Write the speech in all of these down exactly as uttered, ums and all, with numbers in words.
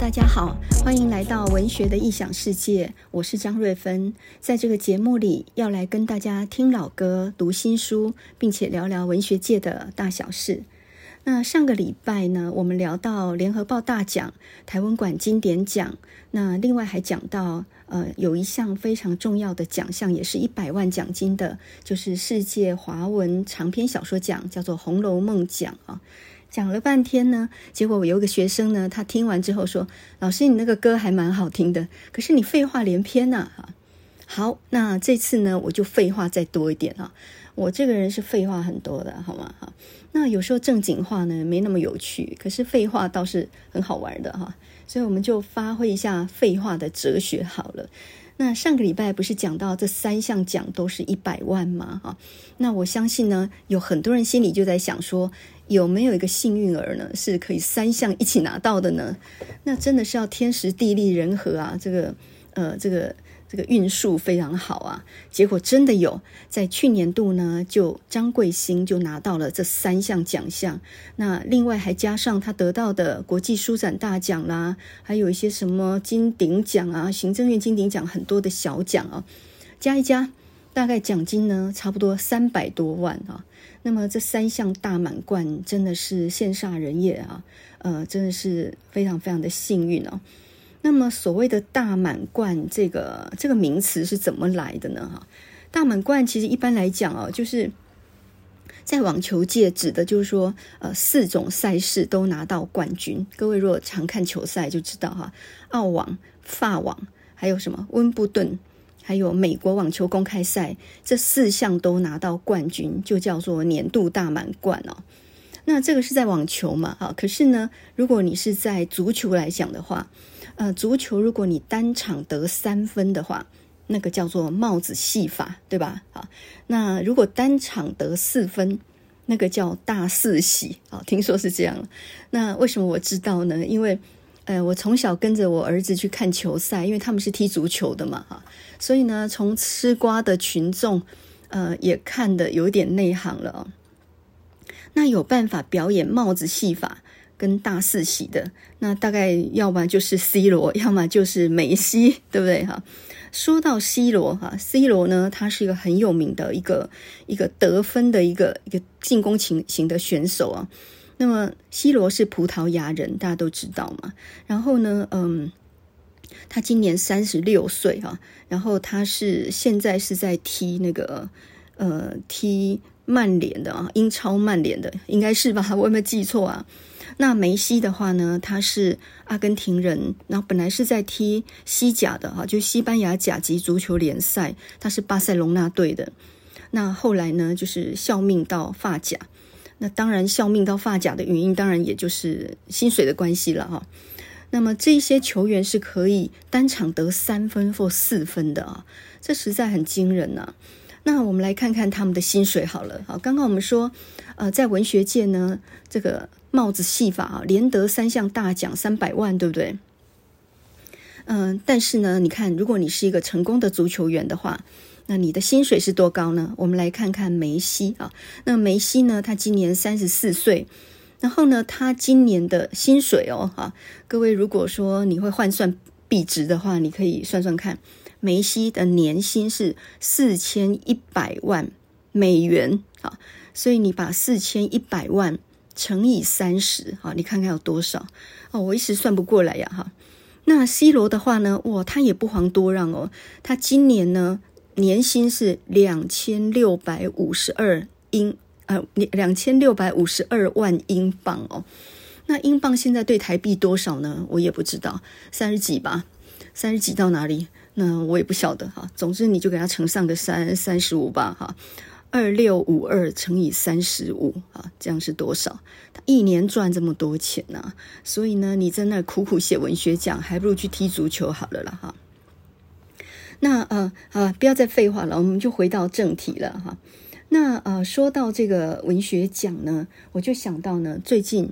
大家好，欢迎来到文学的异想世界，我是张瑞芬。在这个节目里，要来跟大家听老歌、读新书，并且聊聊文学界的大小事。那上个礼拜呢，我们聊到联合报大奖、台文馆经典奖，那另外还讲到呃，有一项非常重要的奖项，也是一百万奖金的，就是世界华文长篇小说奖，叫做红楼梦奖啊。讲了半天呢，结果我有一个学生呢，他听完之后说，老师你那个歌还蛮好听的，可是你废话连篇啊。好，那这次呢，我就废话再多一点啊。我这个人是废话很多的，好吗？那有时候正经话呢没那么有趣，可是废话倒是很好玩的哈。所以我们就发挥一下废话的哲学好了。那上个礼拜不是讲到这三项奖都是一百万吗？哈，那我相信呢，有很多人心里就在想说，有没有一个幸运儿呢，是可以三项一起拿到的呢？那真的是要天时地利人和啊，这个呃，这个这个运数非常好啊。结果真的有，在去年度呢，就张贵兴就拿到了这三项奖项。那另外还加上他得到的国际书展大奖啦，还有一些什么金鼎奖啊，行政院金鼎奖很多的小奖啊，加一加，大概奖金呢差不多三百多万啊。那么这三项大满贯真的是羡煞人也啊，呃，真的是非常非常的幸运哦。那么所谓的大满贯这个这个名词是怎么来的呢？哈，大满贯其实一般来讲哦，就是在网球界指的就是说，呃，四种赛事都拿到冠军。各位如果常看球赛就知道哈，澳网、法网，还有什么温布顿，还有美国网球公开赛，这四项都拿到冠军，就叫做年度大满贯哦。那这个是在网球嘛，哈，可是呢，如果你是在足球来讲的话，呃，足球如果你单场得三分的话，那个叫做帽子戏法，对吧？好，那如果单场得四分，那个叫大四喜。好，听说是这样。那为什么我知道呢？因为呃，我从小跟着我儿子去看球赛，因为他们是踢足球的嘛，哈，所以呢，从吃瓜的群众，呃，也看得有点内行了哦。那有办法表演帽子戏法跟大四喜的，那大概要么就是 C 罗，要么就是梅西，对不对哈？说到 C 罗哈 ，C 罗呢，他是一个很有名的一个一个得分的一个一个进攻型型的选手啊。那么 C 罗是葡萄牙人，大家都知道嘛。然后呢，嗯，他今年三十六岁哈，然后他是现在是在踢那个呃踢曼联的啊，英超曼联的，应该是吧？我有没有记错啊？那梅西的话呢，他是阿根廷人，然后本来是在踢西甲的哈，就西班牙甲级足球联赛，他是巴塞隆纳队的。那后来呢，就是效命到法甲。那当然，效命到法甲的原因，当然也就是薪水的关系了哈。那么这些球员是可以单场得三分或四分的啊，这实在很惊人啊。那我们来看看他们的薪水好了。好，刚刚我们说，呃，在文学界呢，这个帽子戏法啊，连得三项大奖，三百万，对不对？嗯、呃，但是呢，你看，如果你是一个成功的足球员的话，那你的薪水是多高呢？我们来看看梅西啊。那梅西呢，他今年三十四岁，然后呢，他今年的薪水哦，哈，各位如果说你会换算币值的话，你可以算算看。梅西的年薪是四千一百万美元啊，所以你把四千一百万乘以三十啊，你看看有多少哦？我一时算不过来呀哈。那 C 罗的话呢，哇，他也不遑多让哦，他今年呢年薪是两千六百五十二英呃两千六百五十二万英镑哦。那英镑现在对台币多少呢？我也不知道，三十几吧，三十几到哪里？那我也不晓得哈，总之你就给他乘上个三三十五吧哈，二六五二乘以三十五啊，这样是多少？他一年赚这么多钱啊，所以呢，你在那苦苦写文学奖，还不如去踢足球好了啦哈。那呃啊，不要再废话了，我们就回到正题了哈。那呃，说到这个文学奖呢，我就想到呢，最近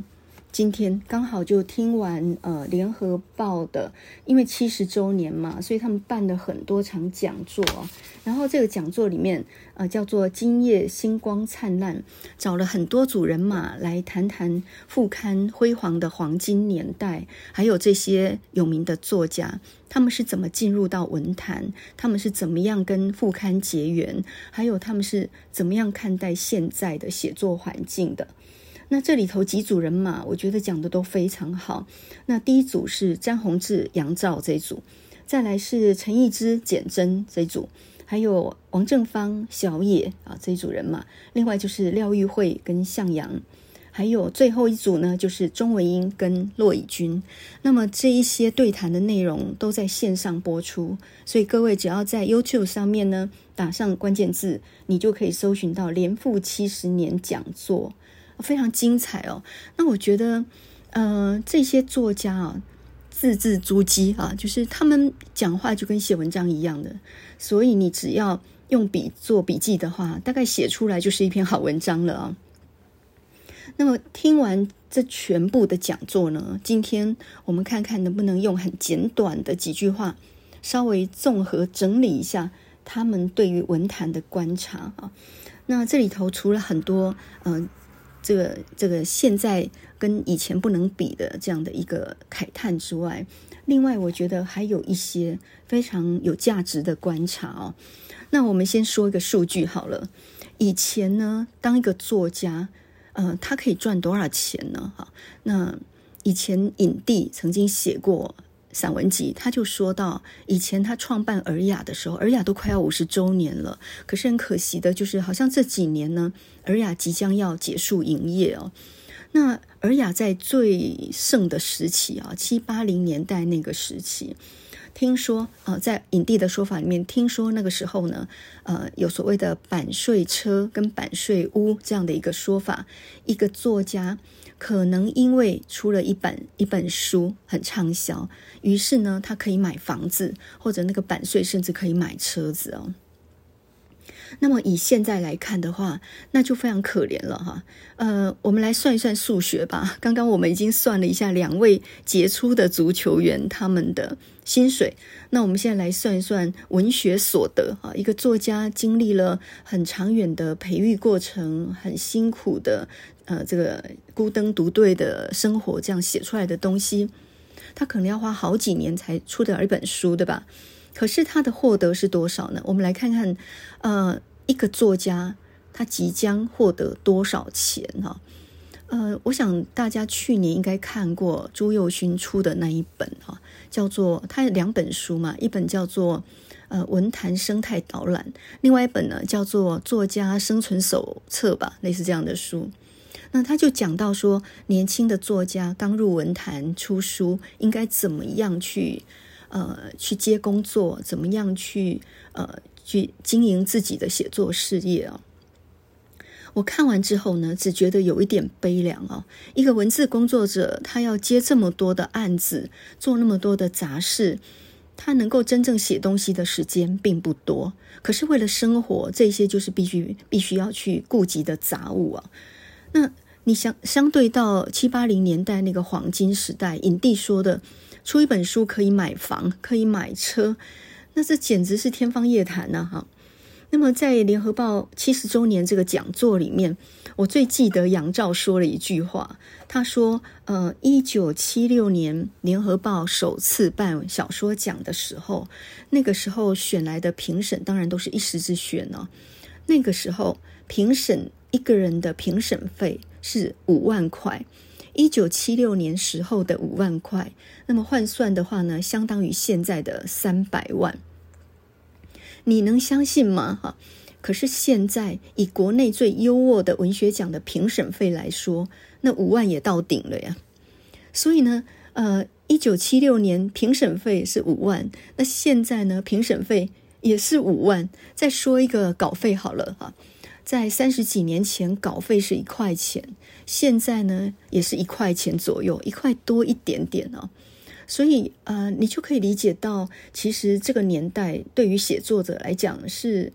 今天刚好就听完呃联合报的，因为七十周年嘛，所以他们办了很多场讲座，然后这个讲座里面呃叫做今夜星光灿烂，找了很多组人马来谈谈副刊辉煌的黄金年代，还有这些有名的作家他们是怎么进入到文坛，他们是怎么样跟副刊结缘，还有他们是怎么样看待现在的写作环境的。那这里头几组人马我觉得讲的都非常好。那第一组是詹宏志、杨照这一组，再来是陈逸之、简真这一组，还有王正芳、小野啊这一组人马，另外就是廖玉慧跟向阳，还有最后一组呢就是钟文英跟骆以军。那么这一些对谈的内容都在线上播出，所以各位只要在 YouTube 上面呢打上关键字，你就可以搜寻到连复七十年讲座，非常精彩哦。那我觉得呃，这些作家啊字字珠玑啊，就是他们讲话就跟写文章一样的，所以你只要用笔做笔记的话，大概写出来就是一篇好文章了啊。那么听完这全部的讲座呢，今天我们看看能不能用很简短的几句话稍微综合整理一下他们对于文坛的观察啊。那这里头除了很多呃这个这个现在跟以前不能比的这样的一个慨叹之外，另外我觉得还有一些非常有价值的观察哦。那我们先说一个数据好了，以前呢当一个作家呃，他可以赚多少钱呢？哈，那以前影帝曾经写过散文集，他就说到以前他创办尔雅的时候，尔雅都快要五十周年了，可是很可惜的就是好像这几年呢尔雅即将要结束营业哦。那尔雅在最盛的时期啊，七八零年代那个时期，听说呃，在影帝的说法里面，听说那个时候呢呃，有所谓的版税车跟版税屋这样的一个说法，一个作家可能因为出了一本一本书很畅销，于是呢他可以买房子，或者那个版税甚至可以买车子哦。那么以现在来看的话，那就非常可怜了哈。呃，我们来算一算数学吧。刚刚我们已经算了一下两位杰出的足球员他们的薪水，那我们现在来算一算文学所得啊。一个作家经历了很长远的培育过程，很辛苦的呃这个孤灯独对的生活，这样写出来的东西，他可能要花好几年才出得了一本书，对吧？可是他的获得是多少呢？我们来看看呃，一个作家他即将获得多少钱哈？呃，我想大家去年应该看过朱宥勋出的那一本哈，叫做他有两本书嘛，一本叫做呃文坛生态导览，另外一本呢叫做作家生存手册吧，类似这样的书。那他就讲到说，年轻的作家刚入文坛出书，应该怎么样去呃，去接工作，怎么样去呃去经营自己的写作事业啊？我看完之后呢，只觉得有一点悲凉啊。一个文字工作者，他要接这么多的案子，做那么多的杂事，他能够真正写东西的时间并不多。可是为了生活，这些就是必须必须要去顾及的杂物啊。那你想相对到七八零年代那个黄金时代，影帝说的出一本书可以买房，可以买车，那这简直是天方夜谭啊哈。那么在联合报七十周年这个讲座里面，我最记得杨照说了一句话，他说呃，一九七六年联合报首次办小说奖的时候，那个时候选来的评审当然都是一时之选哦。那个时候评审一个人的评审费是五万块，一九七六年时候的五万块，那么换算的话呢，相当于现在的三百万。你能相信吗？哈，可是现在以国内最优渥的文学奖的评审费来说，那五万也到顶了呀。所以呢，呃，一九七六年评审费是五万，那现在呢，评审费也是五万。再说一个稿费好了哈。在三十几年前稿费是一块钱，现在呢也是一块钱左右，一块多一点点哦。所以呃，你就可以理解到，其实这个年代对于写作者来讲是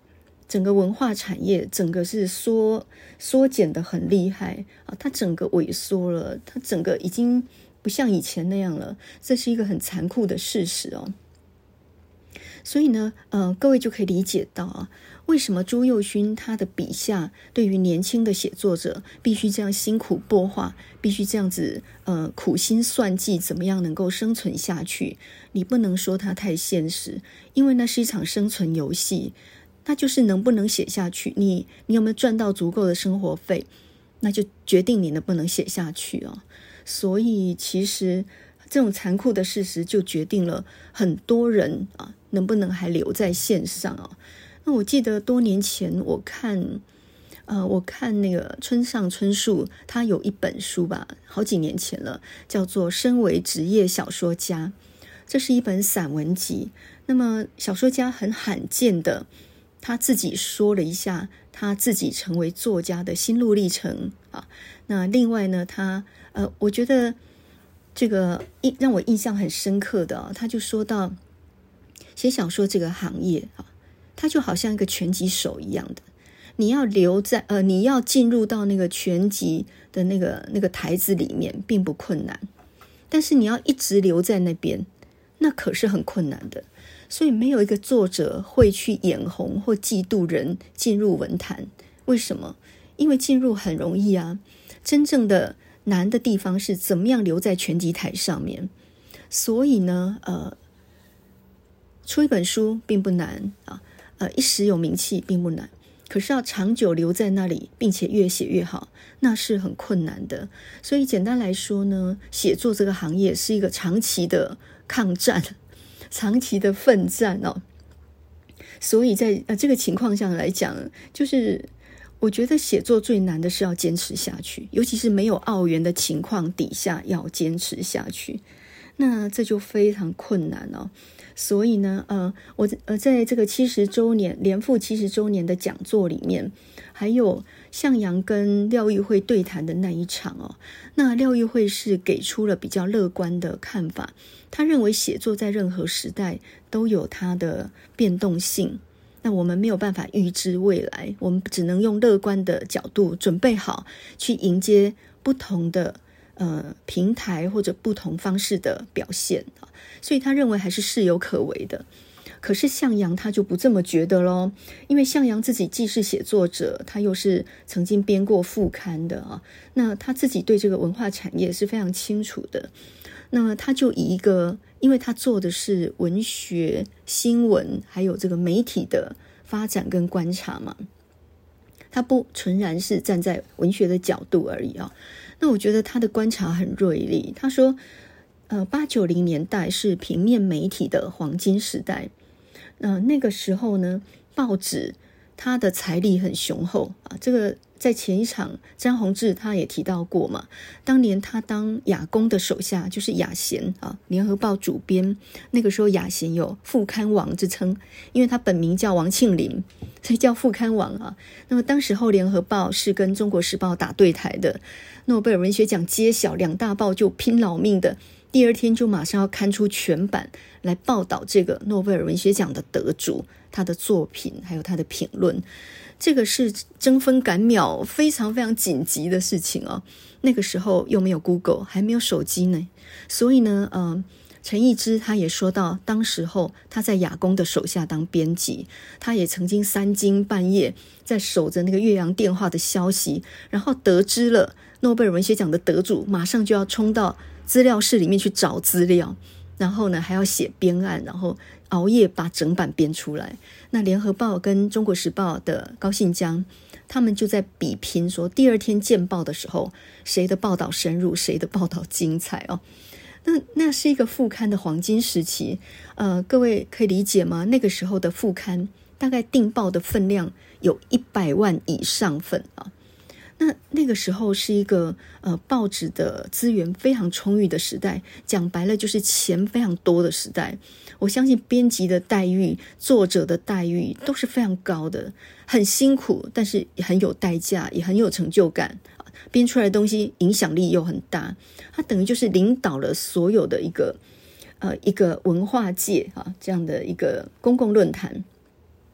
整个文化产业整个是缩缩减的很厉害啊，它整个萎缩了，它整个已经不像以前那样了，这是一个很残酷的事实哦。所以呢，呃，各位就可以理解到啊，为什么朱宥勋他的笔下对于年轻的写作者必须这样辛苦擘画，必须这样子呃苦心算计，怎么样能够生存下去？你不能说他太现实，因为那是一场生存游戏，那就是能不能写下去，你你有没有赚到足够的生活费，那就决定你能不能写下去哦。所以其实这种残酷的事实就决定了很多人啊能不能还留在线上啊。那我记得多年前我看呃，我看那个村上春树，他有一本书吧，好几年前了，叫做《身为职业小说家》，这是一本散文集。那么小说家很罕见的，他自己说了一下他自己成为作家的心路历程啊。那另外呢，他呃，我觉得这个让我印象很深刻的、啊，他就说到写小说这个行业啊，它就好像一个拳击手一样的，你要留在呃，你要进入到那个拳击的那个那个台子里面，并不困难，但是你要一直留在那边，那可是很困难的。所以没有一个作者会去眼红或嫉妒人进入文坛，为什么？因为进入很容易啊，真正的难的地方是怎么样留在拳击台上面。所以呢，呃，出一本书并不难啊，呃，一时有名气并不难，可是要长久留在那里，并且越写越好，那是很困难的。所以简单来说呢，写作这个行业是一个长期的抗战，长期的奋战哦。所以在呃这个情况下来讲，就是我觉得写作最难的是要坚持下去，尤其是没有澳元的情况底下要坚持下去，那这就非常困难哦。所以呢，呃，我呃在这个七十周年连复七十周年的讲座里面，还有向阳跟廖玉蕙对谈的那一场哦，那廖玉蕙是给出了比较乐观的看法，他认为写作在任何时代都有它的变动性，那我们没有办法预知未来，我们只能用乐观的角度准备好去迎接不同的呃平台或者不同方式的表现，所以他认为还是事有可为的。可是向阳他就不这么觉得咯，因为向阳自己既是写作者，他又是曾经编过副刊的啊，那他自己对这个文化产业是非常清楚的。那么他就以一个，因为他做的是文学新闻还有这个媒体的发展跟观察嘛，他不纯然是站在文学的角度而已啊。那我觉得他的观察很锐利，他说呃，八九零年代是平面媒体的黄金时代，呃，那个时候呢，报纸它的财力很雄厚啊。这个在前一场詹宏志他也提到过嘛，当年他当亚公的手下就是雅贤啊，联合报主编，那个时候雅贤有副刊王之称，因为他本名叫王庆林，所以叫副刊王啊。那么当时候联合报是跟中国时报打对台的，诺贝尔文学奖揭晓，两大报就拼老命的，第二天就马上要刊出全版来报道这个诺贝尔文学奖的得主，他的作品还有他的评论，这个是争分赶秒非常非常紧急的事情哦。那个时候又没有 Google， 还没有手机呢，所以呢呃，陈逸之他也说到，当时候他在亚公的手下当编辑，他也曾经三更半夜在守着那个岳阳电话的消息，然后得知了诺贝尔文学奖的得主，马上就要冲到资料室里面去找资料，然后呢还要写编案，然后熬夜把整版编出来。那联合报跟中国时报的高信江，他们就在比拼说，第二天见报的时候，谁的报道深入，谁的报道精彩哦。那那是一个副刊的黄金时期，呃，各位可以理解吗？那个时候的副刊大概订报的分量有一百万以上份啊。那那个时候是一个呃报纸的资源非常充裕的时代，讲白了就是钱非常多的时代。我相信编辑的待遇、作者的待遇都是非常高的，很辛苦，但是也很有代价，也很有成就感。编出来的东西影响力又很大，它等于就是领导了所有的一个呃一个文化界啊这样的一个公共论坛。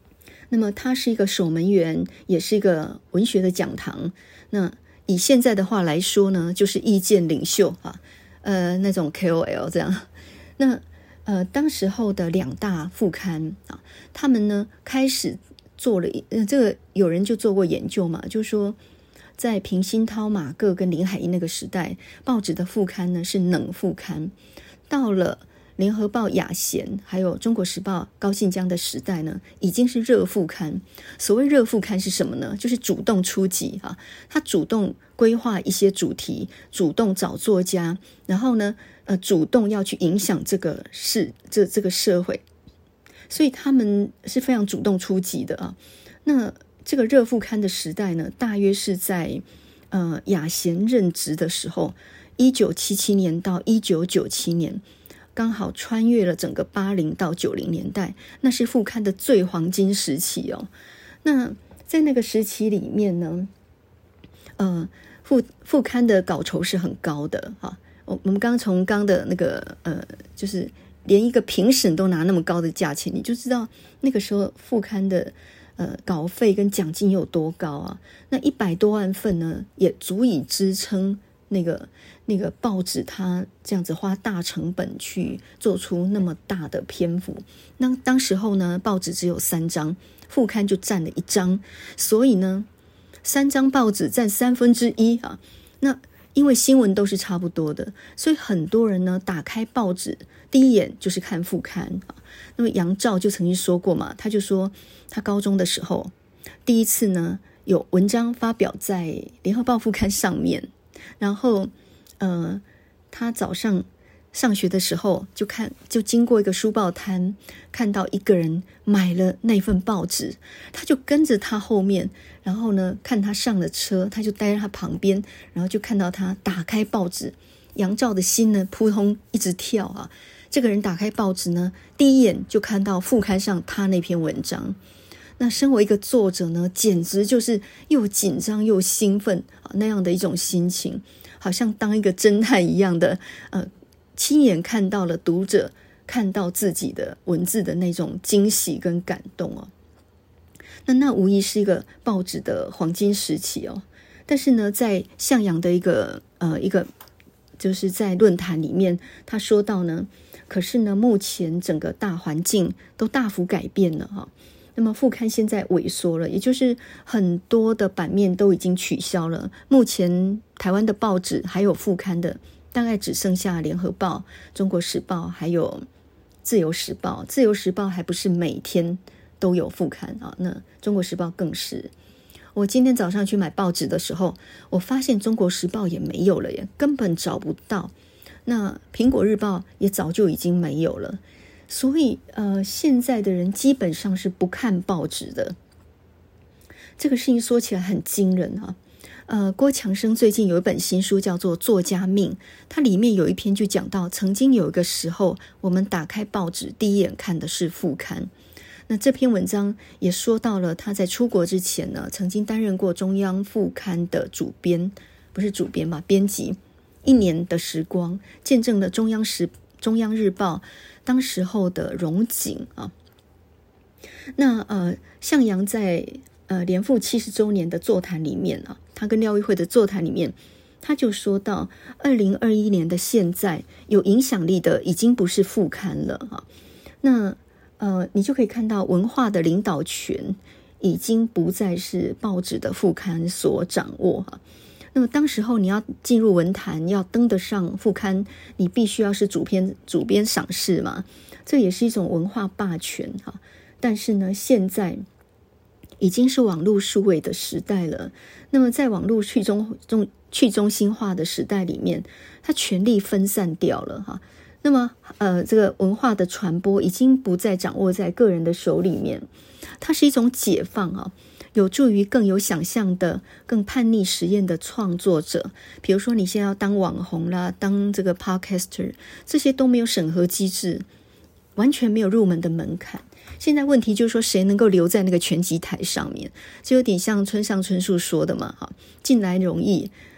那么它是一个守门员，也是一个文学的讲堂。那以现在的话来说呢，就是意见领袖啊，呃，那种 K O L 这样。那呃，当时候的两大副刊啊，他们呢开始做了，呃，这个有人就做过研究嘛，就是说，在平鑫涛、马各跟林海音那个时代，报纸的副刊呢是冷副刊，到了联合报、雅贤还有中国时报高信江的时代呢，已经是热副刊。所谓热副刊是什么呢？就是主动出击啊，他主动规划一些主题，主动找作家，然后呢，呃，主动要去影响这个事，这这个社会，所以他们是非常主动出击的啊。那这个热副刊的时代呢，大约是在呃雅贤任职的时候，一九七七年到一九九七年。刚好穿越了整个八零到九零年代，那是副刊的最黄金时期哦。那在那个时期里面呢，呃，副副刊的稿酬是很高的哈。我我们刚从刚的那个呃，就是连一个评审都拿那么高的价钱，你就知道那个时候副刊的呃稿费跟奖金有多高啊。那一百多万份呢，也足以支撑那个那个报纸它这样子花大成本去做出那么大的篇幅。那当时候呢，报纸只有三张，副刊就占了一张，所以呢，三张报纸占三分之一啊。那因为新闻都是差不多的，所以很多人呢打开报纸第一眼就是看副刊啊。那么杨照就曾经说过嘛，他就说他高中的时候第一次呢有文章发表在联合报副刊上面。然后，呃，他早上上学的时候就看，就经过一个书报摊，看到一个人买了那份报纸，他就跟着他后面，然后呢，看他上了车，他就待在他旁边，然后就看到他打开报纸，杨照的心呢扑通一直跳啊！这个人打开报纸呢，第一眼就看到副刊上他那篇文章。那身为一个作者呢，简直就是又紧张又兴奋啊，那样的一种心情，好像当一个侦探一样的，呃，亲眼看到了读者看到自己的文字的那种惊喜跟感动哦。那那无疑是一个报纸的黄金时期哦。但是呢，在向阳的一个呃一个就是在论坛里面，他说到呢，可是呢，目前整个大环境都大幅改变了哈、哦。那么副刊现在萎缩了，也就是很多的版面都已经取消了。目前台湾的报纸还有副刊的，大概只剩下联合报、中国时报还有自由时报。自由时报还不是每天都有副刊啊，那中国时报更是。我今天早上去买报纸的时候，我发现中国时报也没有了耶，根本找不到。那苹果日报也早就已经没有了。所以呃，现在的人基本上是不看报纸的。这个事情说起来很惊人啊。呃，郭强生最近有一本新书叫做《作家命》，它里面有一篇就讲到，曾经有一个时候，我们打开报纸第一眼看的是副刊。那这篇文章也说到了他在出国之前呢，曾经担任过中央副刊的主编，不是主编吧，编辑。一年的时光，见证了中央时中央日报当时候的荣景啊。那呃，向阳在呃连副七十周年的座谈里面啊，他跟廖玉蕙的座谈里面，他就说到，二零二一年的现在，有影响力的已经不是副刊了啊。那呃，你就可以看到文化的领导权已经不再是报纸的副刊所掌握哈、啊。那么当时候你要进入文坛，要登得上副刊，你必须要是主编主编赏识嘛，这也是一种文化霸权哈。但是呢，现在已经是网络数位的时代了。那么在网络去中中去中心化的时代里面，它权力分散掉了哈。那么呃，这个文化的传播已经不再掌握在个人的手里面，它是一种解放啊。有助于更有想象的、更叛逆实验的创作者。比如说你现在要当网红啦，当这个 podcaster， 这些都没有审核机制，完全没有入门的门槛。现在问题就是说，谁能够留在那个拳击台上面？这有点像村上春树说的嘛，哈，进来容易，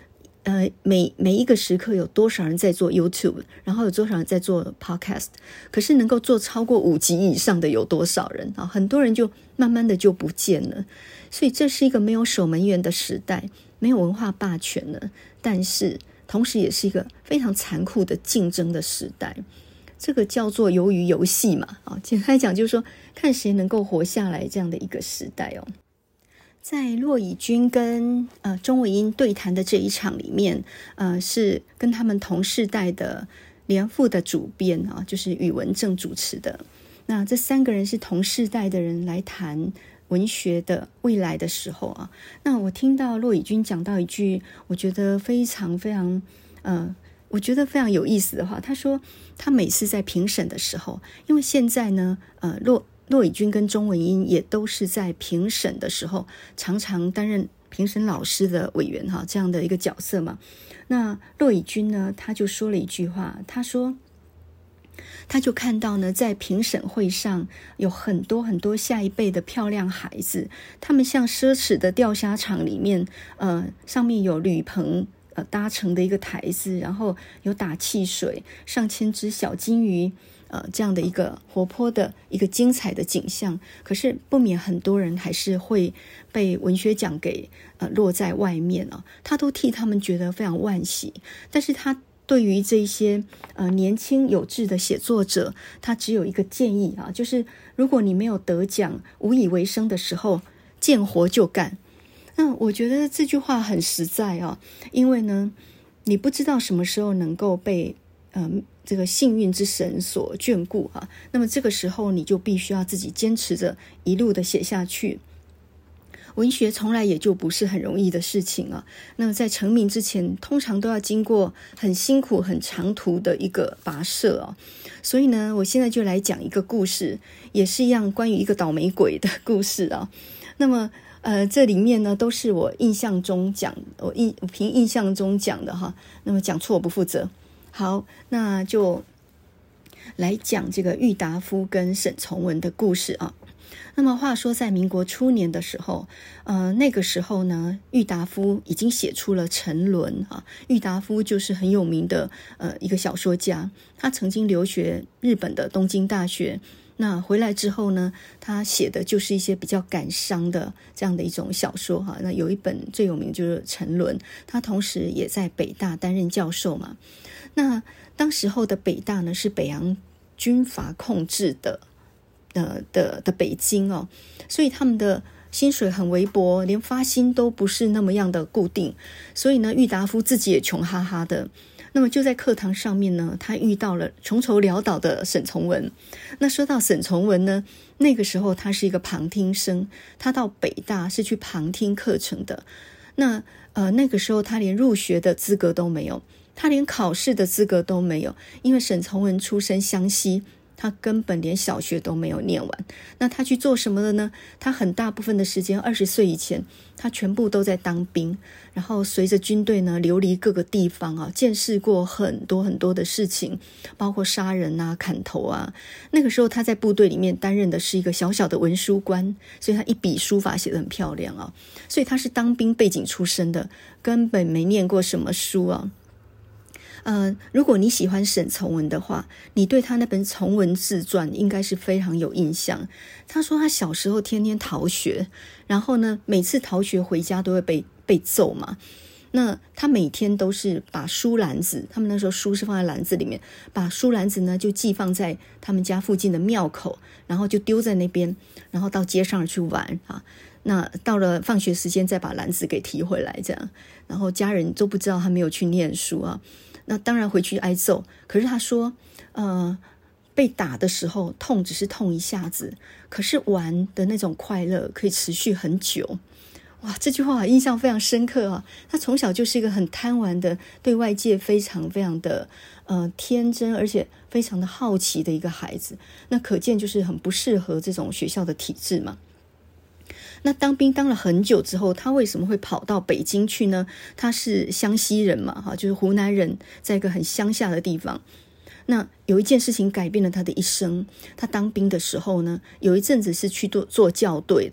呃，每每一个时刻有多少人在做 YouTube， 然后有多少人在做 Podcast， 可是能够做超过五集以上的有多少人啊？很多人就慢慢的就不见了。所以这是一个没有守门员的时代，没有文化霸权了，但是同时也是一个非常残酷的竞争的时代。这个叫做鱿鱼游戏嘛，啊，简单来讲就是说看谁能够活下来这样的一个时代哦。在骆以军跟呃钟伟英对谈的这一场里面，呃，是跟他们同世代的联副的主编啊，就是宇文正主持的。那这三个人是同世代的人来谈文学的未来的时候啊，那我听到骆以军讲到一句，我觉得非常非常呃，我觉得非常有意思的话。他说，他每次在评审的时候，因为现在呢，呃，骆骆以军跟钟文英也都是在评审的时候常常担任评审老师的委员哈，这样的一个角色嘛。那骆以军呢，他就说了一句话，他说他就看到呢，在评审会上有很多很多下一辈的漂亮孩子，他们像奢侈的钓虾场里面，呃，上面有铝棚呃搭成的一个台子，然后有打汽水，上千只小金鱼，呃，这样的一个活泼的一个精彩的景象。可是不免很多人还是会被文学奖给呃落在外面哦，他都替他们觉得非常惋惜。但是他对于这些呃年轻有志的写作者，他只有一个建议啊，就是如果你没有得奖无以为生的时候，见活就干。那我觉得这句话很实在啊，因为呢，你不知道什么时候能够被呃这个幸运之神所眷顾啊，那么这个时候你就必须要自己坚持着一路的写下去。文学从来也就不是很容易的事情啊，那么在成名之前，通常都要经过很辛苦很长途的一个跋涉啊。所以呢，我现在就来讲一个故事，也是一样关于一个倒霉鬼的故事啊。那么呃，这里面呢都是我印象中讲，我印我凭印象中讲的哈，那么讲错我不负责。好，那就来讲这个郁达夫跟沈从文的故事啊。那么话说在民国初年的时候，呃，那个时候呢，郁达夫已经写出了《沉沦》啊。郁达夫就是很有名的呃一个小说家，他曾经留学日本的东京大学。那回来之后呢，他写的就是一些比较感伤的这样的一种小说哈。那有一本最有名就是《沉沦》，他同时也在北大担任教授嘛。那当时候的北大呢，是北洋军阀控制的呃的的北京哦，所以他们的薪水很微薄，连发薪都不是那么样的固定。所以呢，郁达夫自己也穷哈哈的。那么就在课堂上面呢，他遇到了穷愁潦倒的沈从文。那说到沈从文呢，那个时候他是一个旁听生，他到北大是去旁听课程的。那呃那个时候他连入学的资格都没有，他连考试的资格都没有，因为沈从文出身湘西，他根本连小学都没有念完。那他去做什么的呢？他很大部分的时间，二十岁以前，他全部都在当兵，然后随着军队呢流离各个地方啊，见识过很多很多的事情，包括杀人啊、砍头啊。那个时候他在部队里面担任的是一个小小的文书官，所以他一笔书法写得很漂亮啊。所以他是当兵背景出身的，根本没念过什么书啊。呃，如果你喜欢沈从文的话，你对他那本《从文自传》应该是非常有印象。他说他小时候天天逃学，然后呢，每次逃学回家都会被被揍嘛。那他每天都是把书篮子，他们那时候书是放在篮子里面，把书篮子呢就寄放在他们家附近的庙口，然后就丢在那边，然后到街上去玩啊。那到了放学时间再把篮子给提回来，这样，然后家人都不知道他没有去念书啊。那当然回去挨揍，可是他说呃，被打的时候痛只是痛一下子，可是玩的那种快乐可以持续很久。哇，这句话印象非常深刻啊！他从小就是一个很贪玩的，对外界非常非常的呃天真，而且非常的好奇的一个孩子。那可见就是很不适合这种学校的体制嘛。那当兵当了很久之后，他为什么会跑到北京去呢？他是湘西人嘛，哈，就是湖南人，在一个很乡下的地方。那有一件事情改变了他的一生。他当兵的时候呢，有一阵子是去做做校对的。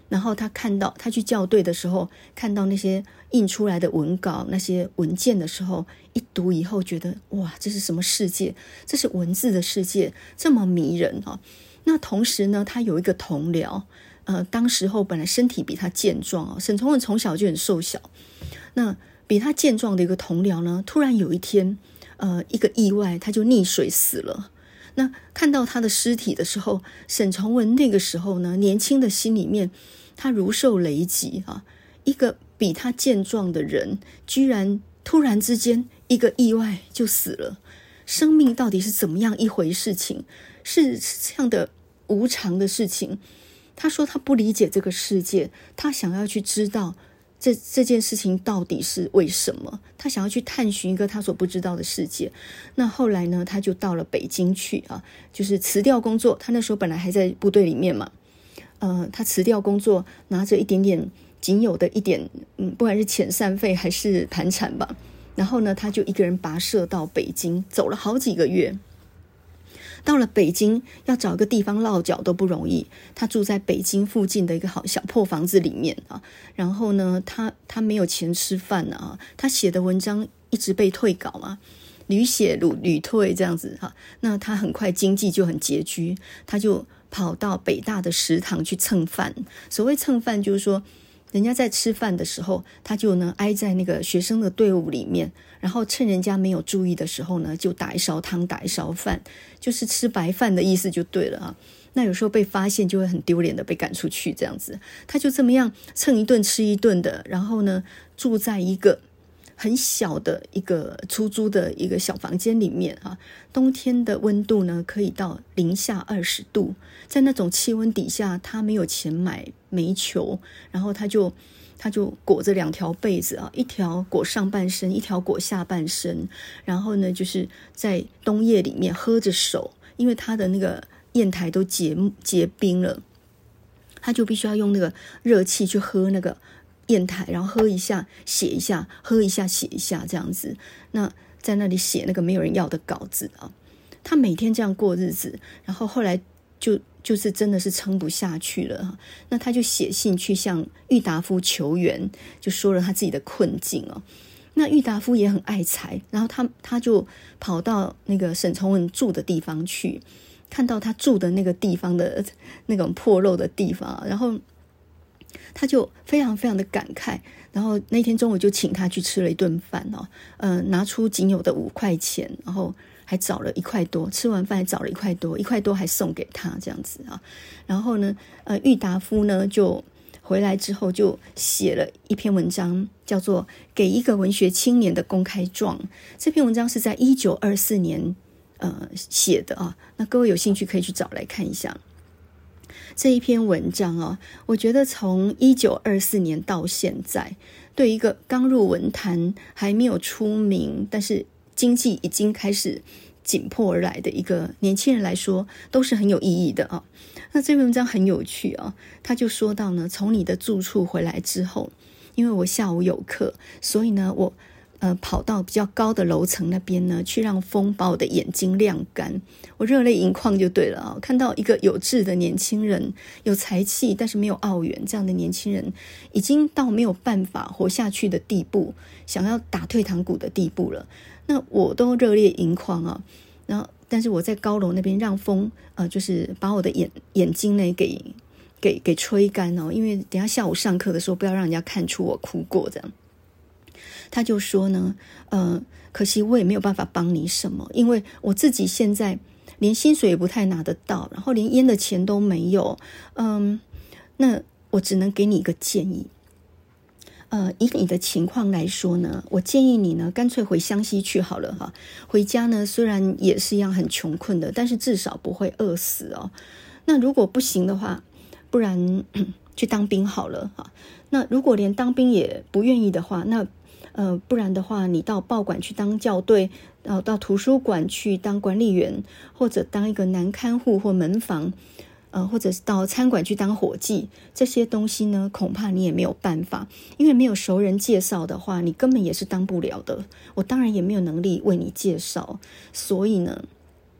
然后他看到他去校对的时候，看到那些印出来的文稿那些文件的时候，一读以后觉得哇，这是什么世界，这是文字的世界，这么迷人啊。那同时呢，他有一个同僚，呃，当时候本来身体比他健壮哦，沈从文从小就很瘦小，那比他健壮的一个同僚呢，突然有一天呃，一个意外，他就溺水死了。那看到他的尸体的时候，沈从文那个时候呢，年轻的心里面他如受雷击啊，一个比他健壮的人居然突然之间一个意外就死了。生命到底是怎么样一回事情，是这样的无常的事情。他说他不理解这个世界，他想要去知道这这件事情到底是为什么，他想要去探寻一个他所不知道的世界。那后来呢，他就到了北京去啊，就是辞掉工作。他那时候本来还在部队里面嘛，呃，他辞掉工作，拿着一点点仅有的一点，嗯，不管是遣散费还是盘缠吧。然后呢，他就一个人跋涉到北京，走了好几个月。到了北京，要找个地方落脚都不容易。他住在北京附近的一个好小破房子里面啊。然后呢，他他没有钱吃饭啊。他写的文章一直被退稿嘛，屡写屡屡退这样子哈。那他很快经济就很拮据，他就跑到北大的食堂去蹭饭。所谓蹭饭，就是说人家在吃饭的时候，他就呢挨在那个学生的队伍里面，然后趁人家没有注意的时候呢，就打一勺汤，打一勺饭，就是吃白饭的意思就对了啊。那有时候被发现就会很丢脸的被赶出去这样子。他就这么样蹭一顿吃一顿的，然后呢住在一个很小的一个出租的一个小房间里面啊。冬天的温度呢可以到零下二十度，在那种气温底下，他没有钱买煤球，然后他就他就裹着两条被子啊，一条裹上半身，一条裹下半身，然后呢就是在冬夜里面喝着手，因为他的那个砚台都结结冰了，他就必须要用那个热气去喝那个砚台，然后喝一下写一下，喝一下写一下这样子。那在那里写那个没有人要的稿子啊，他每天这样过日子，然后后来就就是真的是撑不下去了。那他就写信去向郁达夫求援，就说了他自己的困境哦。那郁达夫也很爱财，然后他他就跑到那个沈从文住的地方去，看到他住的那个地方的那种破漏的地方，然后他就非常非常的感慨，然后那天中午就请他去吃了一顿饭哦，呃，拿出仅有的五块钱，然后还找了一块多，吃完饭还找了一块多，一块多还送给他这样子啊。然后呢，呃，郁达夫呢就回来之后就写了一篇文章，叫做《给一个文学青年的公开状》。这篇文章是在一九二四年呃写的啊，那各位有兴趣可以去找来看一下。这一篇文章啊，我觉得从一九二四年到现在，对一个刚入文坛还没有出名，但是经济已经开始紧迫而来的一个年轻人来说，都是很有意义的啊。那这篇文章很有趣啊，他就说到呢，从你的住处回来之后，因为我下午有课，所以呢，我呃，跑到比较高的楼层那边呢，去让风把我的眼睛晾干。我热泪盈眶就对了啊！看到一个有志的年轻人，有才气，但是没有傲远，这样的年轻人已经到没有办法活下去的地步，想要打退堂鼓的地步了。那我都热泪盈眶啊！然后，但是我在高楼那边让风，呃，就是把我的眼眼睛呢给给给吹干哦，因为等一下下午上课的时候，不要让人家看出我哭过这样。他就说呢，呃，可惜我也没有办法帮你什么，因为我自己现在连薪水也不太拿得到，然后连烟的钱都没有，嗯，那我只能给你一个建议，呃，以你的情况来说呢，我建议你呢，干脆回湘西去好了哈。回家呢，虽然也是一样很穷困的，但是至少不会饿死哦。那如果不行的话，不然去当兵好了哈。那如果连当兵也不愿意的话，那呃，不然的话，你到报馆去当校对，然后到图书馆去当管理员，或者当一个男看护或门房，呃，或者是到餐馆去当伙计，这些东西呢，恐怕你也没有办法，因为没有熟人介绍的话，你根本也是当不了的。我当然也没有能力为你介绍，所以呢，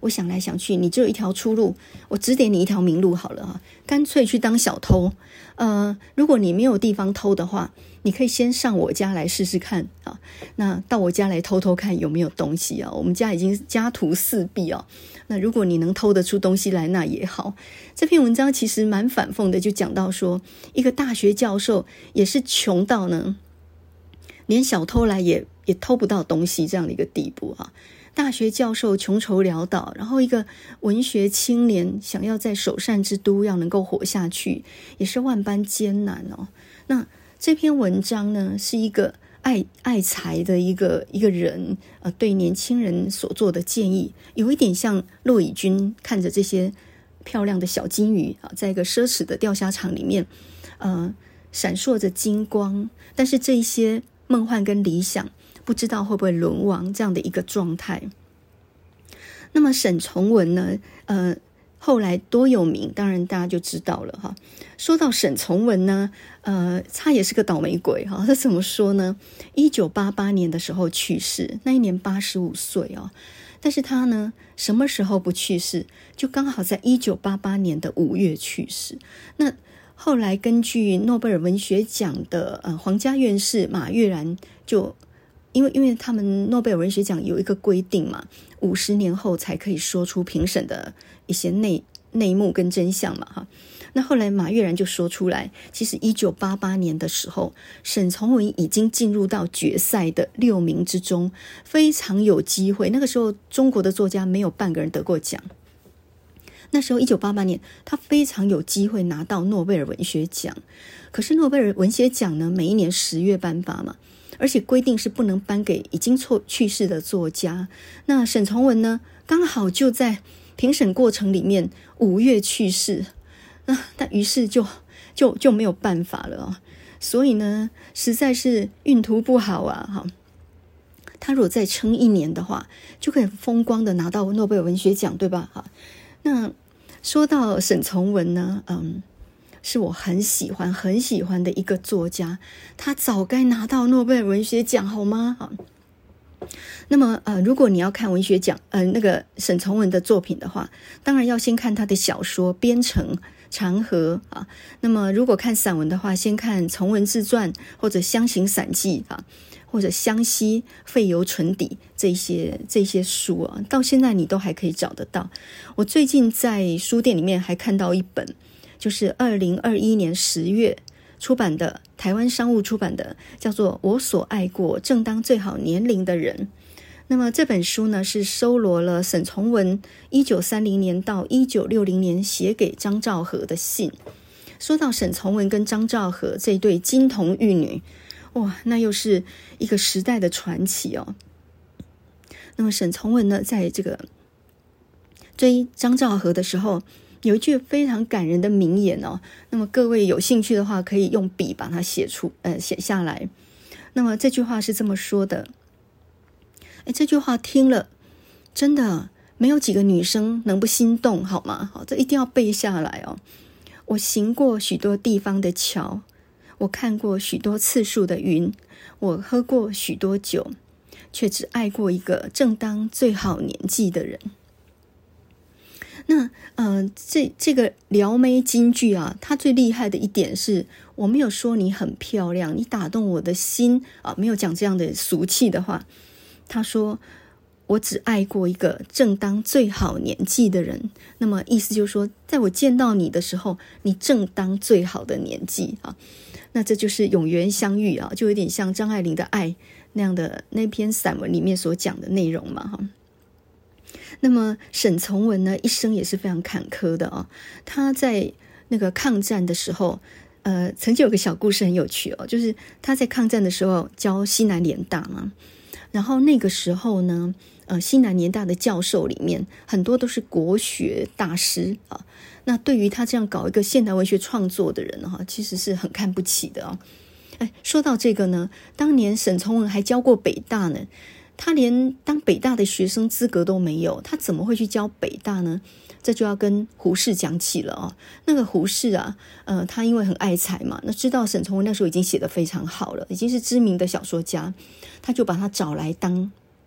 我想来想去，你只有一条出路，我指点你一条明路好了哈，干脆去当小偷。呃，如果你没有地方偷的话，你可以先上我家来试试看啊。那到我家来偷偷看有没有东西啊？我们家已经家徒四壁啊。那如果你能偷得出东西来，那也好。这篇文章其实蛮反讽的，就讲到说，一个大学教授也是穷到呢，连小偷来也也偷不到东西这样的一个地步啊。大学教授穷愁潦倒，然后一个文学青年想要在首善之都要能够活下去，也是万般艰难哦。那这篇文章呢，是一个爱爱财的一个一个人呃，对年轻人所做的建议，有一点像骆以军看着这些漂亮的小金鱼啊，在一个奢侈的钓虾场里面，呃，闪烁着金光，但是这一些梦幻跟理想，不知道会不会沦亡这样的一个状态。那么沈从文呢，呃。后来多有名，当然大家就知道了哈。说到沈从文呢，呃，他也是个倒霉鬼哈。他怎么说呢？一九八八年的时候去世，那一年八十五岁哦。但是他呢，什么时候不去世？就刚好在一九八八年的五月去世。那后来根据诺贝尔文学奖的呃皇家院士马悦然就。因为因为他们诺贝尔文学奖有一个规定嘛，五十年后才可以说出评审的一些内内幕跟真相嘛哈。那后来马悦然就说出来，其实一九八八年的时候，沈从文已经进入到决赛的六名之中，非常有机会。那个时候中国的作家没有半个人得过奖。那时候一九八八年，他非常有机会拿到诺贝尔文学奖。可是诺贝尔文学奖呢，每一年十月颁发嘛。而且规定是不能颁给已经去世的作家。那沈从文呢，刚好就在评审过程里面五月去世，那那于是就就就没有办法了哦。所以呢，实在是运途不好啊哈。他如果再撑一年的话，就可以风光的拿到诺贝尔文学奖，对吧？哈，那说到沈从文呢，嗯。是我很喜欢很喜欢的一个作家，他早该拿到诺贝尔文学奖好吗？好，那么呃，如果你要看文学奖，呃，那个沈从文的作品的话，当然要先看他的小说《边城》《长河》啊。那么如果看散文的话，先看《从文自传》或者《湘行散记》啊，或者《湘西》《废油醇底》这些这些书啊，到现在你都还可以找得到。我最近在书店里面还看到一本。就是二零二一年十月出版的，台湾商务出版的，叫做《我所爱过正当最好年龄的人》。那么这本书呢，是收罗了沈从文一九三零年到一九六零年写给张兆和的信。说到沈从文跟张兆和这对金童玉女，哇，那又是一个时代的传奇哦。那么沈从文呢，在这个追张兆和的时候，有一句非常感人的名言哦，那么各位有兴趣的话，可以用笔把它写出，呃，写下来。那么这句话是这么说的，哎，这句话听了，真的没有几个女生能不心动，好吗？好，这一定要背下来哦。我行过许多地方的桥，我看过许多次数的云，我喝过许多酒，却只爱过一个正当最好年纪的人。那呃，这这个撩妹金句啊，它最厉害的一点是，我没有说你很漂亮，你打动我的心啊，没有讲这样的俗气的话。他说，我只爱过一个正当最好年纪的人。那么意思就是说，在我见到你的时候，你正当最好的年纪啊。那这就是有缘相遇啊，就有点像张爱玲的《爱》那样的那篇散文里面所讲的内容嘛哈。那么沈从文呢，一生也是非常坎坷的哦。他在那个抗战的时候，呃，曾经有个小故事很有趣哦，就是他在抗战的时候教西南联大嘛，然后那个时候呢，呃，西南联大的教授里面很多都是国学大师啊。那对于他这样搞一个现代文学创作的人哈、啊，其实是很看不起的哦。哎，说到这个呢，当年沈从文还教过北大呢。他连当北大的学生资格都没有，他怎么会去教北大呢？这就要跟胡适讲起了哦。那个胡适啊，呃，他因为很爱才嘛，那知道沈从文那时候已经写得非常好了，已经是知名的小说家，他就把他找来当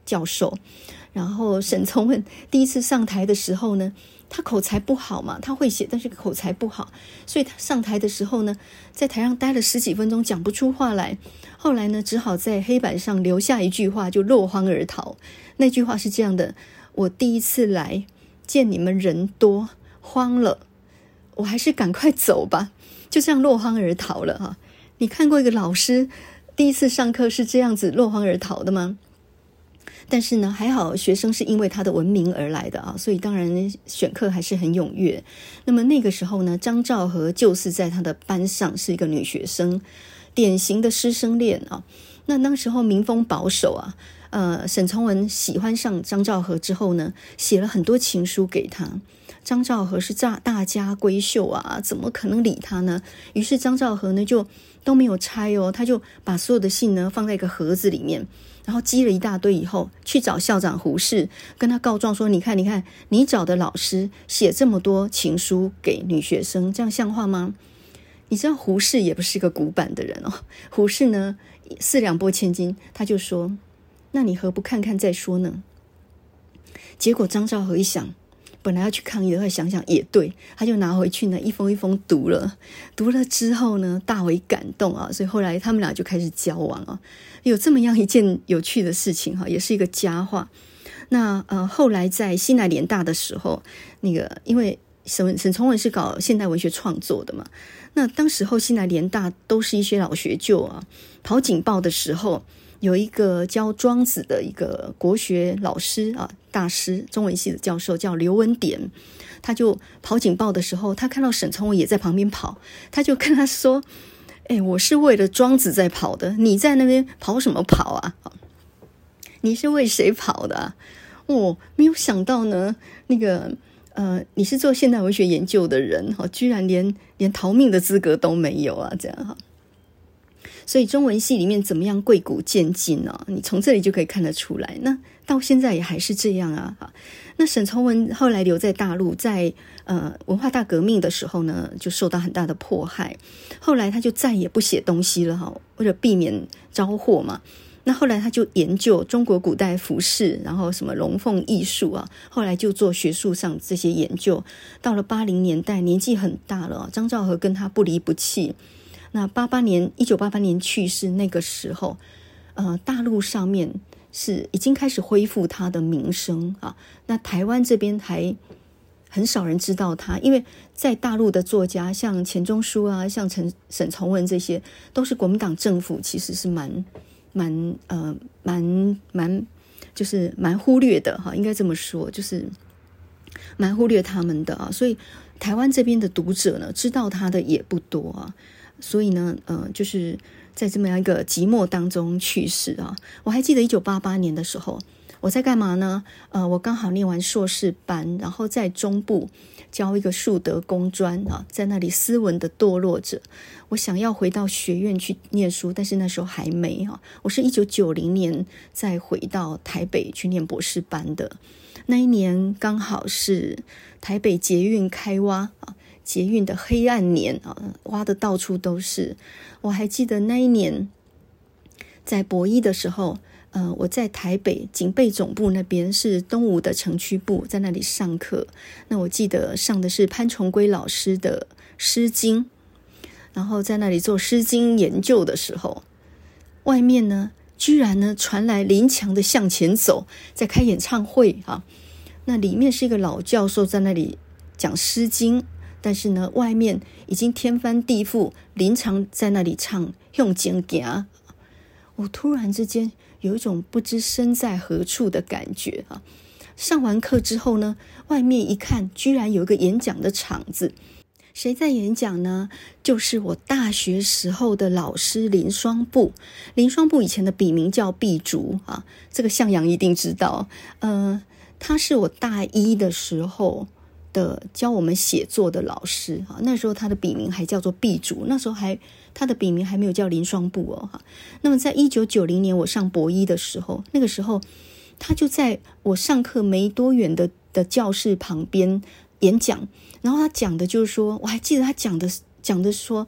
教授。然后沈从文第一次上台的时候呢，他口才不好嘛，他会写，但是口才不好，所以他上台的时候呢，在台上待了十几分钟，讲不出话来。后来呢，只好在黑板上留下一句话，就落荒而逃。那句话是这样的：我第一次来，见你们人多，慌了，我还是赶快走吧。就这样落荒而逃了哈。你看过一个老师第一次上课是这样子落荒而逃的吗？但是呢，还好学生是因为他的文名而来的啊，所以当然选课还是很踊跃。那么那个时候呢，张兆和就是在他的班上是一个女学生，典型的师生恋啊。那那时候民风保守啊，呃，沈从文喜欢上张兆和之后呢，写了很多情书给他。张兆和是大大家闺秀啊，怎么可能理他呢？于是张兆和呢就都没有拆哦，他就把所有的信呢放在一个盒子里面，然后积了一大堆以后，去找校长胡适，跟他告状说：你看，你看，你找的老师写这么多情书给女学生，这样像话吗？你知道胡适也不是个古板的人哦，胡适呢四两拨千斤，他就说：那你何不看看再说呢？结果张兆和一想，本来要去抗议的，后来想想也对，他就拿回去呢，一封一封读了。读了之后呢，大为感动啊，所以后来他们俩就开始交往啊。有这么样一件有趣的事情哈，也是一个佳话。那呃，后来在西南联大的时候，那个因为沈沈从文是搞现代文学创作的嘛，那当时候西南联大都是一些老学究啊，跑警报的时候，有一个教庄子的一个国学老师啊，大师，中文系的教授叫刘文典，他就跑警报的时候，他看到沈从文也在旁边跑，他就跟他说：哎，我是为了庄子在跑的，你在那边跑什么跑啊？你是为谁跑的啊？哦，没有想到呢，那个呃，你是做现代文学研究的人，居然连连逃命的资格都没有啊，这样哈。所以中文系里面怎么样贵古见今呢？你从这里就可以看得出来。那到现在也还是这样啊。那沈从文后来留在大陆，在呃文化大革命的时候呢，就受到很大的迫害。后来他就再也不写东西了哈，为了避免招祸嘛。那后来他就研究中国古代服饰，然后什么龙凤艺术啊，后来就做学术上这些研究。到了八零年代，年纪很大了，张兆和跟他不离不弃。那八八年，一九八八年去世，那个时候，呃，大陆上面是已经开始恢复他的名声啊。那台湾这边还很少人知道他，因为在大陆的作家，像钱钟书啊，像陈沈从文这些，都是国民党政府其实是蛮蛮呃蛮蛮就是蛮忽略的哈，应该这么说，就是蛮忽略他们的啊。所以台湾这边的读者呢，知道他的也不多啊。所以呢，呃，就是在这么样一个寂寞当中去世啊。我还记得一九八八年的时候，我在干嘛呢？呃，我刚好念完硕士班，然后在中部教一个树德工专啊，在那里斯文的堕落者。我想要回到学院去念书，但是那时候还没啊。我是一九九零年再回到台北去念博士班的。那一年刚好是台北捷运开挖啊。捷运的黑暗年啊，挖的到处都是。我还记得那一年在博一的时候，呃，我在台北警备总部那边是东吴的城区部，在那里上课。那我记得上的是潘崇圭老师的《诗经》，然后在那里做《诗经》研究的时候，外面呢居然呢传来林强的《向前走》在开演唱会啊。那里面是一个老教授在那里讲《诗经》。但是呢，外面已经天翻地覆，林强在那里唱《向前行》，我突然之间有一种不知身在何处的感觉啊！上完课之后呢，外面一看，居然有一个演讲的场子，谁在演讲呢？就是我大学时候的老师林双布。林双布以前的笔名叫毕竹啊，这个向阳一定知道。呃，他是我大一的时候的教我们写作的老师啊，那时候他的笔名还叫做毕竹，那时候还他的笔名还没有叫林双布哦哈。那么在一九九零年我上博一的时候，那个时候他就在我上课没多远的的教室旁边演讲，然后他讲的就是说，我还记得他讲的讲的说，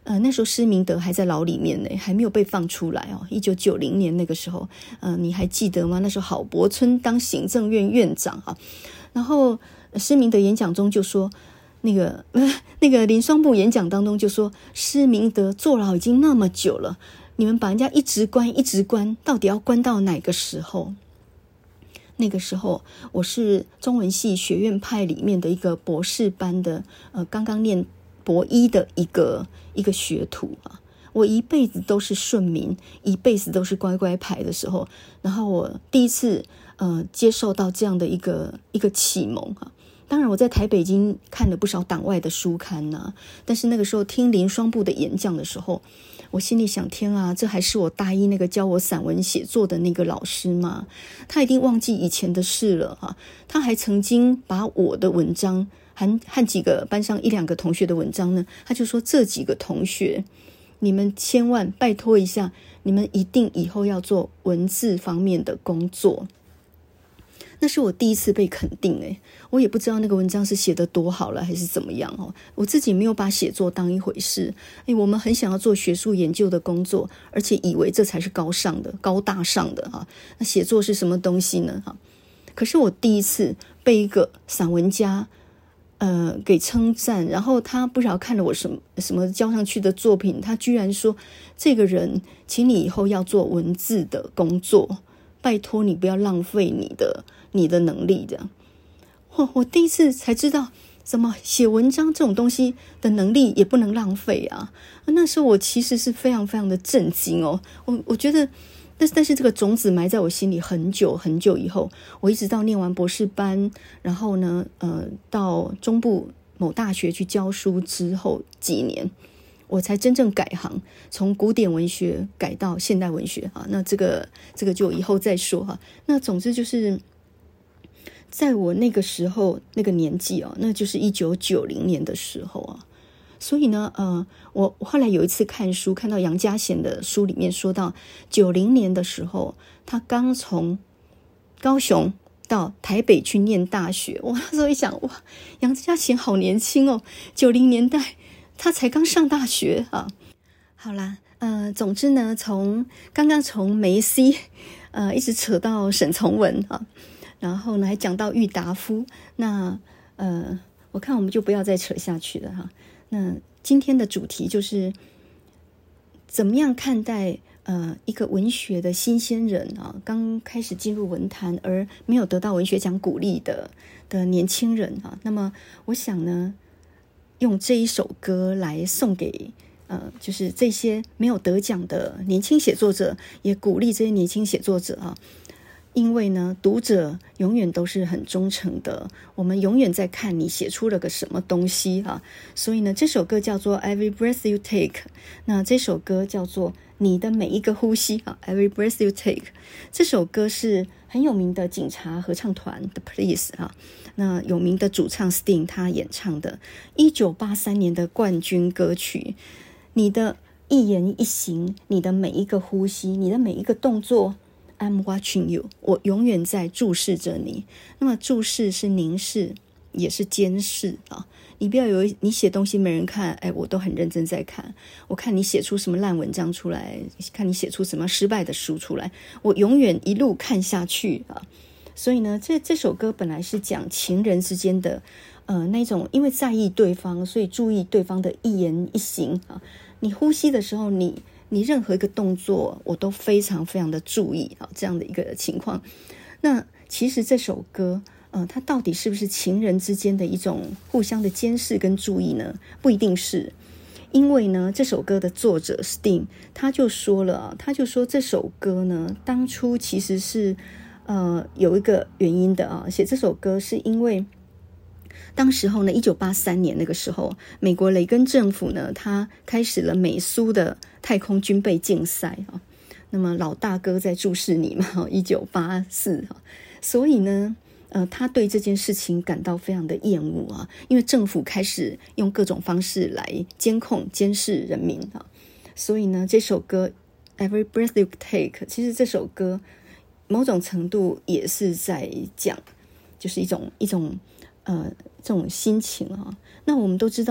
呃，那时候施明德还在牢里面呢，还没有被放出来哦。一九九零年那个时候，呃，你还记得吗？那时候郝柏村当行政院院长啊，然后施明德演讲中就说，那个呃那个林双布演讲当中就说，施明德坐牢已经那么久了，你们把人家一直关一直关，到底要关到哪个时候？那个时候我是中文系学院派里面的一个博士班的，呃，刚刚念博一的一个一个学徒啊。我一辈子都是顺民，一辈子都是乖乖牌的时候，然后我第一次呃接受到这样的一个一个启蒙啊。当然我在台北已经看了不少党外的书刊呐、啊，但是那个时候听林双布的演讲的时候，我心里想，天啊，这还是我大一那个教我散文写作的那个老师吗？他一定忘记以前的事了啊！他还曾经把我的文章和和几个班上一两个同学的文章呢，他就说，这几个同学，你们千万拜托一下，你们一定以后要做文字方面的工作。那是我第一次被肯定诶，我也不知道那个文章是写得多好了还是怎么样哦。我自己没有把写作当一回事，诶，我们很想要做学术研究的工作，而且以为这才是高尚的、高大上的哈。那写作是什么东西呢？哈，可是我第一次被一个散文家呃给称赞，然后他不知道看了我什么什么交上去的作品，他居然说，这个人，请你以后要做文字的工作，拜托你不要浪费你的。你的能力的，我我第一次才知道，怎么写文章这种东西的能力也不能浪费啊！那时候我其实是非常非常的震惊哦，我我觉得，但是但是这个种子埋在我心里很久很久以后，我一直到念完博士班，然后呢，呃，到中部某大学去教书之后几年，我才真正改行，从古典文学改到现代文学啊。那这个这个就以后再说哈。那总之就是。在我那个时候那个年纪哦，那就是一九九零年的时候啊，所以呢，呃，我后来有一次看书，看到杨家贤的书里面说到，九零年的时候，他刚从高雄到台北去念大学。我那时候一想，哇，杨家贤好年轻哦，九零年代他才刚上大学啊。好啦，呃，总之呢，从刚刚从梅西，呃，一直扯到沈从文啊。然后呢，还讲到郁达夫，那呃，我看我们就不要再扯下去了哈。那今天的主题就是怎么样看待呃一个文学的新鲜人啊，刚开始进入文坛而没有得到文学奖鼓励的的年轻人啊。那么我想呢，用这一首歌来送给呃，就是这些没有得奖的年轻写作者，也鼓励这些年轻写作者啊。因为呢，读者永远都是很忠诚的，我们永远在看你写出了个什么东西啊。所以呢，这首歌叫做 Every Breath You Take， 那这首歌叫做你的每一个呼吸啊 Every Breath You Take。 这首歌是很有名的警察合唱团的 Police 啊，那有名的主唱 Sting 他演唱的一九八三年的冠军歌曲。你的一言一行，你的每一个呼吸，你的每一个动作，I'm watching you， 我永远在注视着你。那么注视是凝视，也是监视啊。你不要以为你写东西没人看，哎，我都很认真在看。我看你写出什么烂文章出来，看你写出什么失败的书出来，我永远一路看下去啊。所以呢，这这首歌本来是讲情人之间的，呃，那种因为在意对方，所以注意对方的一言一行啊。你呼吸的时候，你。你任何一个动作我都非常非常的注意啊，这样的一个情况。那其实这首歌呃，它到底是不是情人之间的一种互相的监视跟注意呢？不一定是，因为呢这首歌的作者 Sting 他就说了，他就说这首歌呢当初其实是呃有一个原因的啊，写这首歌是因为当时候呢一九八三年那个时候，美国雷根政府呢他开始了美苏的太空军备竞赛啊，那么老大哥在注视你嘛，一九八四，所以呢呃，他对这件事情感到非常的厌恶啊，因为政府开始用各种方式来监控监视人民啊，所以呢这首歌 Every Breath You Take， 其实这首歌某种程度也是在讲就是一种一种呃这种心情啊。那我们都知道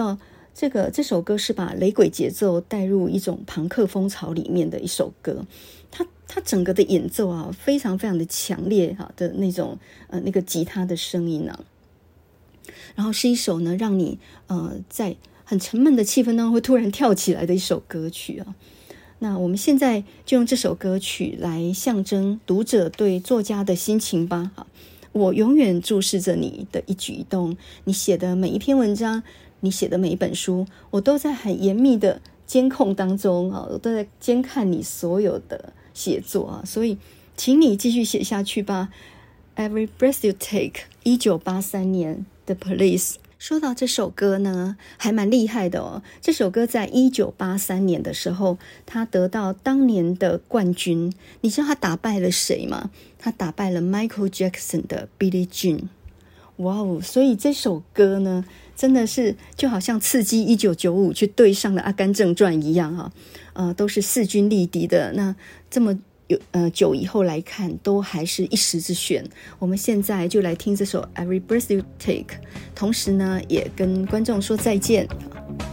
这个这首歌是把雷鬼节奏带入一种朋克风潮里面的一首歌，它它整个的演奏啊，非常非常的强烈哈的那种呃那个吉他的声音啊，然后是一首呢让你呃在很沉闷的气氛当中会突然跳起来的一首歌曲啊。那我们现在就用这首歌曲来象征读者对作家的心情吧。好，我永远注视着你的一举一动，你写的每一篇文章，你写的每一本书，我都在很严密的监控当中啊，我都在监看你所有的写作啊，所以请你继续写下去吧。Every breath you take， 一九八三年的 Police。说到这首歌呢，还蛮厉害的哦。这首歌在一九八三年的时候，他得到当年的冠军。你知道他打败了谁吗？他打败了 Michael Jackson 的 Billie Jean。哇哦！所以这首歌呢，真的是就好像刺激一九九五去对上了《阿甘正传》一样哈、啊，呃，都是势均力敌的。那这么有呃久以后来看，都还是一时之选。我们现在就来听这首 Every Breath You Take， 同时呢，也跟观众说再见。